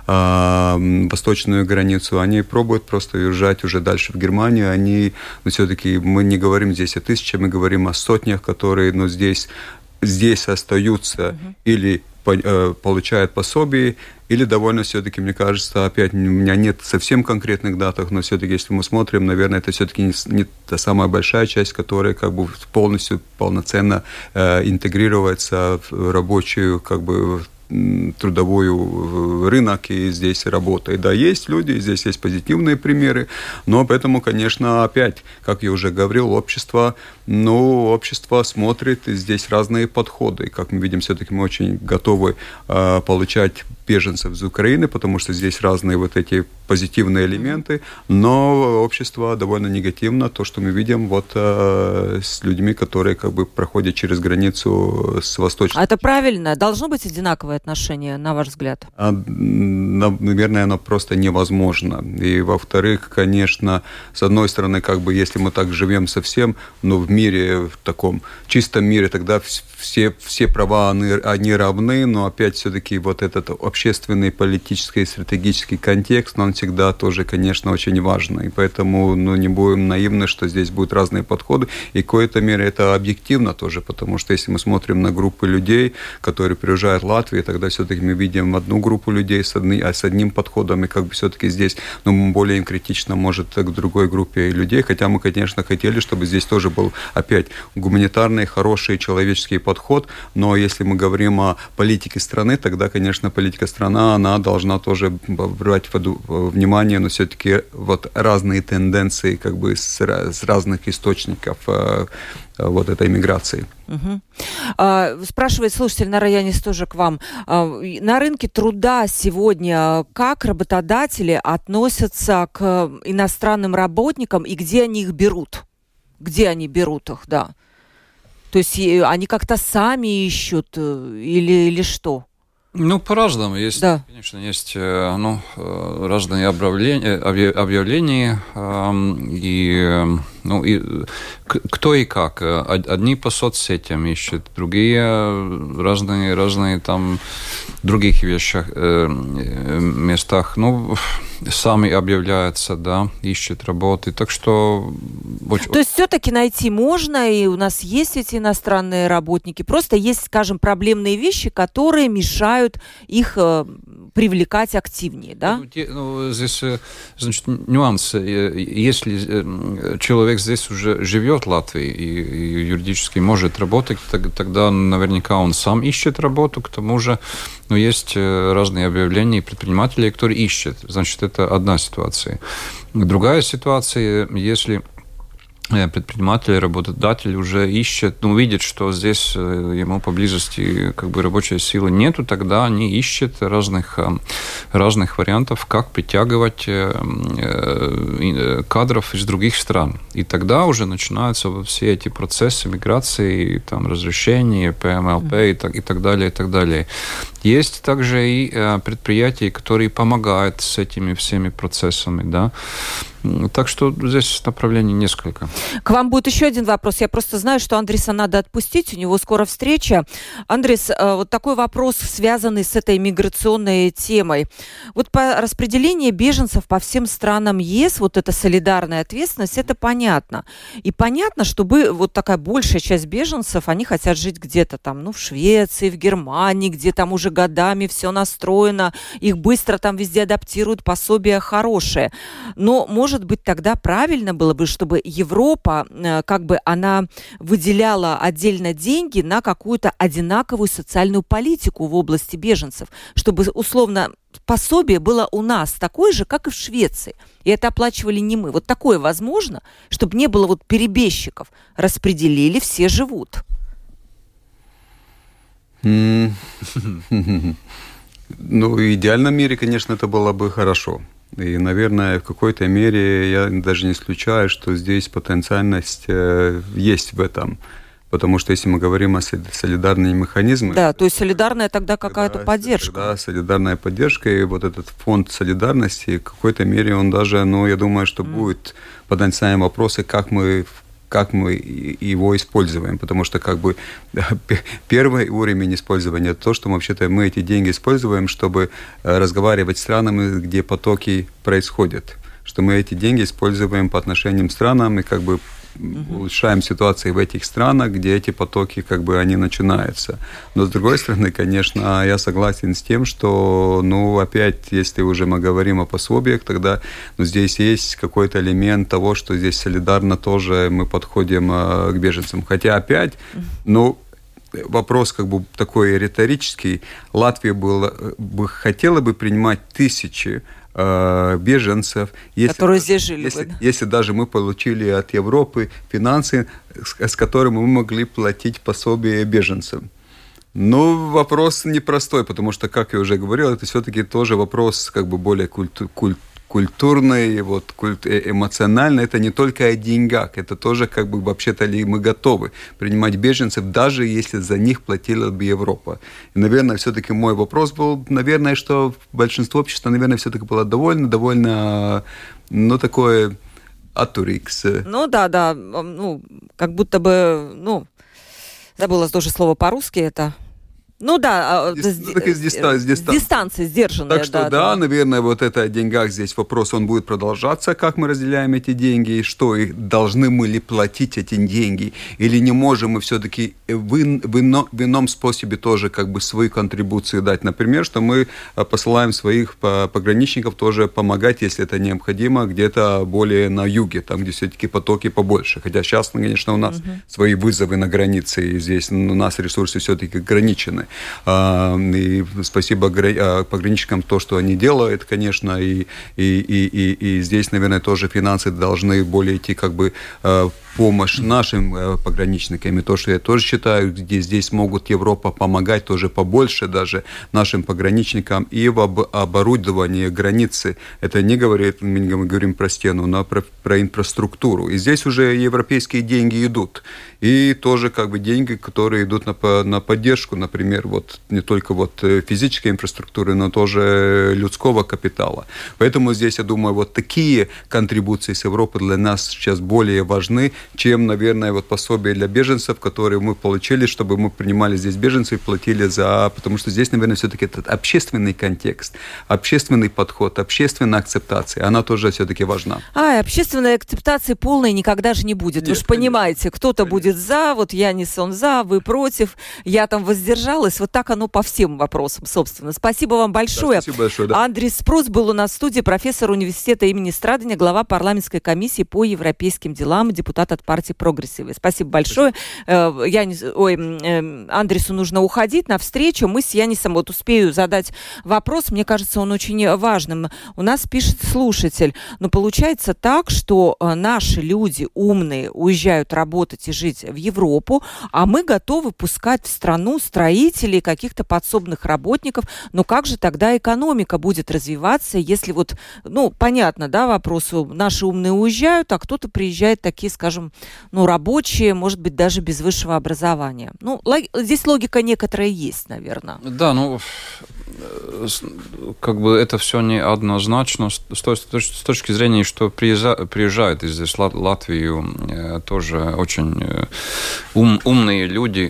Speaker 3: э, восточную границу, они пробуют просто уезжать уже дальше в Германию. Они, ну, все-таки мы не говорим здесь о тысячах, мы говорим о сотнях, которые, ну, здесь, здесь остаются uh-huh. или по, э, получают пособие, или довольно все-таки, мне кажется, опять у меня нет совсем конкретных датах, но все-таки, если мы смотрим, наверное, это все-таки не, не та самая большая часть, которая как бы полностью, полноценно э, интегрируется в рабочую, как бы, трудовой рынок и здесь работает. Да, есть люди, здесь есть позитивные примеры, но поэтому, конечно, опять, как я уже говорил, общество, ну, общество смотрит, и здесь разные подходы. Как мы видим, все-таки мы очень готовы э, получать беженцев из Украины, потому что здесь разные вот эти позитивные элементы, но общество довольно негативно, то, что мы видим вот э, с людьми, которые как бы проходят через границу с восточной.
Speaker 2: А это правильно? Должно быть одинаковое отношение, на ваш взгляд?
Speaker 3: А, наверное, оно просто невозможно. И, во-вторых, конечно, с одной стороны, как бы, если мы так живем совсем, но в мире, в таком чистом мире, тогда все, все права, они, они равны, но опять все-таки вот этот общественный, политический, стратегический контекст, он всегда тоже, конечно, очень важный. И поэтому, ну, не будем наивны, что здесь будут разные подходы. И в какой-то мере это объективно тоже, потому что если мы смотрим на группы людей, которые приезжают в Латвию, тогда все-таки мы видим одну группу людей с, одни, с одним подходом, и как бы все-таки здесь, ну, более критично, может, к другой группе людей, хотя мы, конечно, хотели, чтобы здесь тоже был опять гуманитарный, хороший человеческий подход, но если мы говорим о политике страны, тогда, конечно, политика страны, она должна тоже брать в внимание, но все-таки вот разные тенденции как бы с, с разных источников э, вот этой миграции.
Speaker 2: Угу. А, спрашивает слушатель на Янис тоже к вам. А, на рынке труда сегодня как работодатели относятся к иностранным работникам и где они их берут? Где они берут их, да? То есть они как-то сами ищут или, или что?
Speaker 4: Ну, по-разному. Есть, да. Конечно, есть ну, разные объявления, объявления и, ну, и кто и как. Одни по соцсетям ищут, другие разные, разные там других вещах, местах. Ну, сами объявляются, да, ищут работы. Так что...
Speaker 2: То есть все-таки найти можно, и у нас есть эти иностранные работники. Просто есть, скажем, проблемные вещи, которые мешают их привлекать активнее, да?
Speaker 4: Ну, те, ну, здесь, значит, нюанс. Если человек здесь уже живет в Латвии и, и юридически может работать, тогда наверняка он сам ищет работу. К тому же, ну, есть разные объявления предпринимателей, которые ищут. Значит, это одна ситуация. Другая ситуация, если предприниматель, работодатель уже ищет, ну, видит, что здесь ему поблизости как бы рабочей силы нету, тогда они ищут разных, разных вариантов, как притягивать кадров из других стран. И тогда уже начинаются все эти процессы миграции, там, разрешения, пэ эм эл пэ и так, и так далее, и так далее. Есть также и предприятия, которые помогают с этими всеми процессами, да. Так что здесь направлений несколько.
Speaker 2: К вам будет еще один вопрос. Я просто знаю, что Андреса надо отпустить, у него скоро встреча. Андрес, вот такой вопрос, связанный с этой миграционной темой. Вот по распределению беженцев по всем странам ЕС, вот эта солидарная ответственность, это понятно. И понятно, чтобы вот такая большая часть беженцев, они хотят жить где-то там, ну, в Швеции, в Германии, где там уже годами все настроено, их быстро там везде адаптируют, пособия хорошие. Но, может Может быть, тогда правильно было бы, чтобы Европа, как бы она выделяла отдельно деньги на какую-то одинаковую социальную политику в области беженцев, чтобы, условно, пособие было у нас такое же, как и в Швеции. И это оплачивали не мы. Вот такое возможно, чтобы не было вот перебежчиков. Распределили, все живут.
Speaker 3: Ну, в идеальном мире, конечно, это было бы хорошо. И, наверное, в какой-то мере я даже не исключаю, что здесь потенциальность э, есть в этом. Потому что если мы говорим о солидарных механизмах...
Speaker 2: Да, то есть солидарная тогда какая-то
Speaker 3: тогда,
Speaker 2: поддержка.
Speaker 3: Да, солидарная поддержка. И вот этот фонд солидарности, в какой-то мере он даже, ну, я думаю, что mm. будет потенциальные вопросы, как мы... как мы его используем, потому что как бы первый уровень использования то, что вообще-то мы эти деньги используем, чтобы разговаривать с странами, где потоки происходят, что мы эти деньги используем по отношениям к странам и как бы Uh-huh. улучшаем ситуацию в этих странах, где эти потоки, как бы, они начинаются. Но, с другой стороны, конечно, я согласен с тем, что, ну, опять, если уже мы говорим о пособиях, тогда, ну, здесь есть какой-то элемент того, что здесь солидарно тоже мы подходим э, к беженцам. Хотя, опять, uh-huh. ну, вопрос, как бы, такой риторический. Латвия была, бы, хотела бы принимать тысячи беженцев, если,
Speaker 2: которые здесь жили.
Speaker 3: Если, бы, да? если даже мы получили от Европы финансы, с, с которыми мы могли платить пособие беженцам. Но вопрос непростой, потому что, как я уже говорил, это все-таки тоже вопрос как бы более культу, культ, культурный, вот, культ, эмоциональный. Это не только о деньгах, это тоже как бы вообще-то ли мы готовы принимать беженцев, даже если за них платила бы Европа. И, наверное, все-таки мой вопрос был, наверное, что большинство общества, наверное, все-таки было довольно, довольно, ну, такое атурикс.
Speaker 2: Ну, да, да, ну, как будто бы, ну, забыла тоже слово по-русски это... Ну да,
Speaker 3: Дис, с, так, с, диста, с
Speaker 2: дистанции. дистанции сдержанная.
Speaker 3: Так что
Speaker 2: да,
Speaker 3: да,
Speaker 2: да,
Speaker 3: наверное, вот это о деньгах здесь вопрос, он будет продолжаться, как мы разделяем эти деньги, и что, и должны мы ли платить эти деньги, или не можем мы все-таки в, ин, в, ино, в ином способе тоже как бы свою контрибуцию дать. Например, что мы посылаем своих пограничников тоже помогать, если это необходимо, где-то более на юге, там, где все-таки потоки побольше. Хотя сейчас, конечно, у нас угу. свои вызовы на границе, и здесь у нас ресурсы все-таки ограничены. И спасибо пограничникам то, что они делают, конечно, и, и, и, и, и здесь, наверное, тоже финансы должны более идти как бы помощь нашим пограничникам. И то, что я тоже считаю, где здесь могут Европа помогать тоже побольше даже нашим пограничникам и в оборудовании границы. Это не говорит, мы говорим про стену, но про, про инфраструктуру. И здесь уже европейские деньги идут. И тоже как бы деньги, которые идут на, на поддержку, например, вот не только вот физической инфраструктуры, но тоже людского капитала. Поэтому здесь, я думаю, вот такие контрибуции с Европы для нас сейчас более важны, чем, наверное, вот пособие для беженцев, которые мы получили, чтобы мы принимали здесь беженцев и платили за... Потому что здесь, наверное, все-таки этот общественный контекст, общественный подход, общественная акцептация, она тоже все-таки важна.
Speaker 2: А, общественной акцептации полной никогда же не будет. Нет, вы же понимаете, кто-то конечно. Будет за, вот Янис, он за, вы против, я там воздержалась. Вот так оно по всем вопросам, собственно. Спасибо вам большое. Да, спасибо большое, да. Андрей Спрус был у нас в студии, профессор университета имени Страдания, глава парламентской комиссии по европейским делам, депутат от партии «Прогрессивы». Спасибо большое. Спасибо. Янис, ой, Андресу нужно уходить на встречу. Мы с Янисом вот успею задать вопрос. Мне кажется, он очень важным. У нас пишет слушатель. Но получается так, что наши люди умные уезжают работать и жить в Европу, а мы готовы пускать в страну строителей, каких-то подсобных работников. Но как же тогда экономика будет развиваться, если вот, ну, понятно, да, вопрос, наши умные уезжают, а кто-то приезжает такие, скажем, ну, рабочие, может быть, даже без высшего образования. Ну, лог... здесь логика некоторая есть, наверное.
Speaker 4: Да, ну, как бы это все неоднозначно с, с точки зрения, что приезжают, приезжают из здесь в Латвию тоже очень ум, умные люди.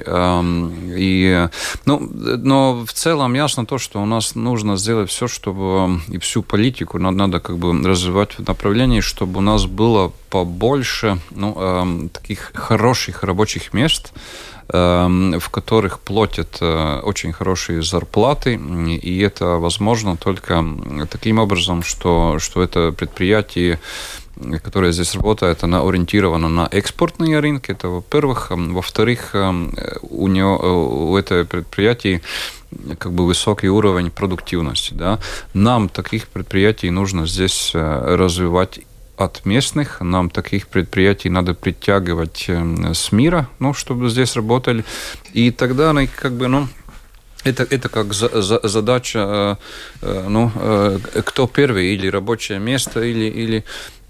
Speaker 4: И, ну, но в целом ясно то, что у нас нужно сделать все, чтобы и всю политику надо, надо как бы развивать в направлении, чтобы у нас было побольше, ну, таких хороших рабочих мест, в которых платят очень хорошие зарплаты, и это возможно только таким образом, что, что это предприятие, которое здесь работает, она ориентирована на экспортные рынки, это во-первых. Во-вторых, у него, у этого предприятия как бы высокий уровень продуктивности. Да? Нам таких предприятий нужно здесь развивать от местных, нам таких предприятий надо притягивать с мира, ну, чтобы здесь работали. И тогда они как бы, ну, Это, это как за, за, задача, э, ну, э, кто первый, или рабочее место, или, или,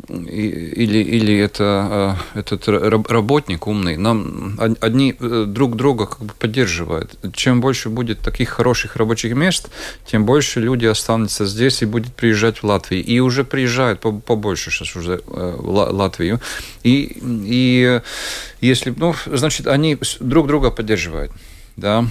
Speaker 4: или, или это, э, этот работник умный. Нам одни друг друга как бы поддерживают. Чем больше будет таких хороших рабочих мест, тем больше люди останутся здесь и будут приезжать в Латвию. И уже приезжают побольше сейчас уже в Латвию. И, и если, ну, значит, они друг друга поддерживают. Да,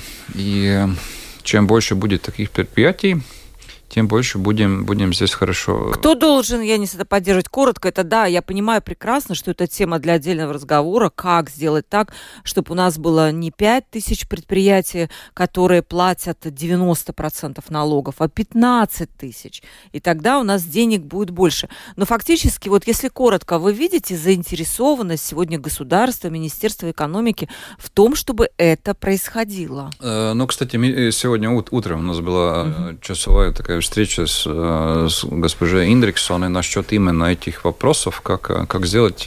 Speaker 4: и чем больше будет таких предприятий, тем больше будем, будем здесь хорошо.
Speaker 2: Кто должен, я не это поддерживать? Коротко, это да, я понимаю прекрасно, что это тема для отдельного разговора, как сделать так, чтобы у нас было не пять тысяч предприятий, которые платят девяносто процентов налогов, а пятнадцать тысяч. И тогда у нас денег будет больше. Но фактически, вот если коротко, вы видите заинтересованность сегодня государства, Министерства экономики в том, чтобы это происходило?
Speaker 4: Э, ну, кстати, сегодня утром у нас была uh-huh. часовая такая встреча с, с госпожой Индриксоной насчет именно этих вопросов, как, как сделать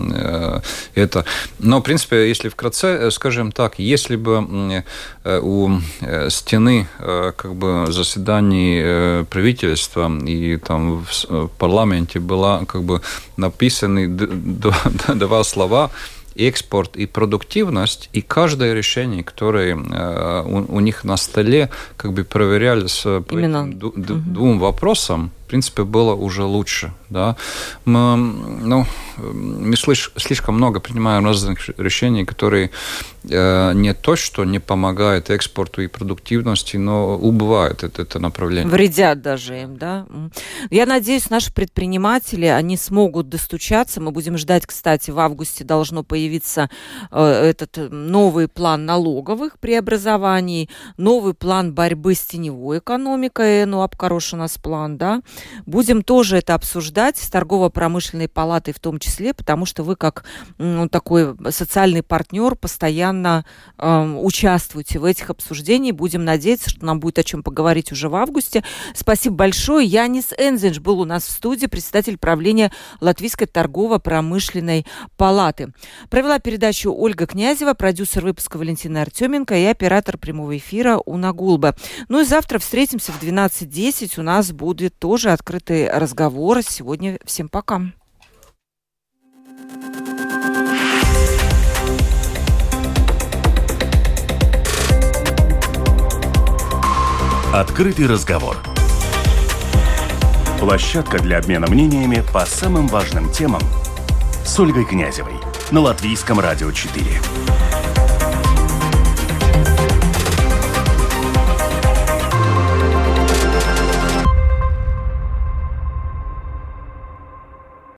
Speaker 4: э, это. Но, в принципе, если вкратце, скажем так, если бы э, у стены э, как бы заседаний э, правительства и там в, в парламенте была как бы написаны д- д- два слова экспорт и продуктивность, и каждое решение, которое э, у, у них на столе, как бы проверялись по этим ду- ду- угу. двум вопросам, в принципе, было уже лучше. Да? Мы, ну, мы слиш- слишком много принимаем разных решений, которые э, не то, что не помогают экспорту и продуктивности, но убывают это, это направление.
Speaker 2: Вредят даже им, да? Я надеюсь, наши предприниматели, они смогут достучаться. Мы будем ждать, кстати, в августе должно появиться э, этот новый план налоговых преобразований, новый план борьбы с теневой экономикой, ну, обкорош у нас план, да? Будем тоже это обсуждать с торгово-промышленной палатой в том числе, потому что вы как ну, такой социальный партнер постоянно э, участвуете в этих обсуждениях. Будем надеяться, что нам будет о чем поговорить уже в августе. Спасибо большое. Янис Энзинш был у нас в студии, председатель правления Латвийской торгово-промышленной палаты. Провела передачу Ольга Князева, продюсер выпуска Валентина Артеменко и оператор прямого эфира Уна Гулба. Ну и завтра встретимся в двенадцать десять. У нас будет тоже открытый разговор. Сегодня всем пока.
Speaker 1: Открытый разговор. Площадка для обмена мнениями по самым важным темам с Ольгой Князевой на Латвийском радио четыре.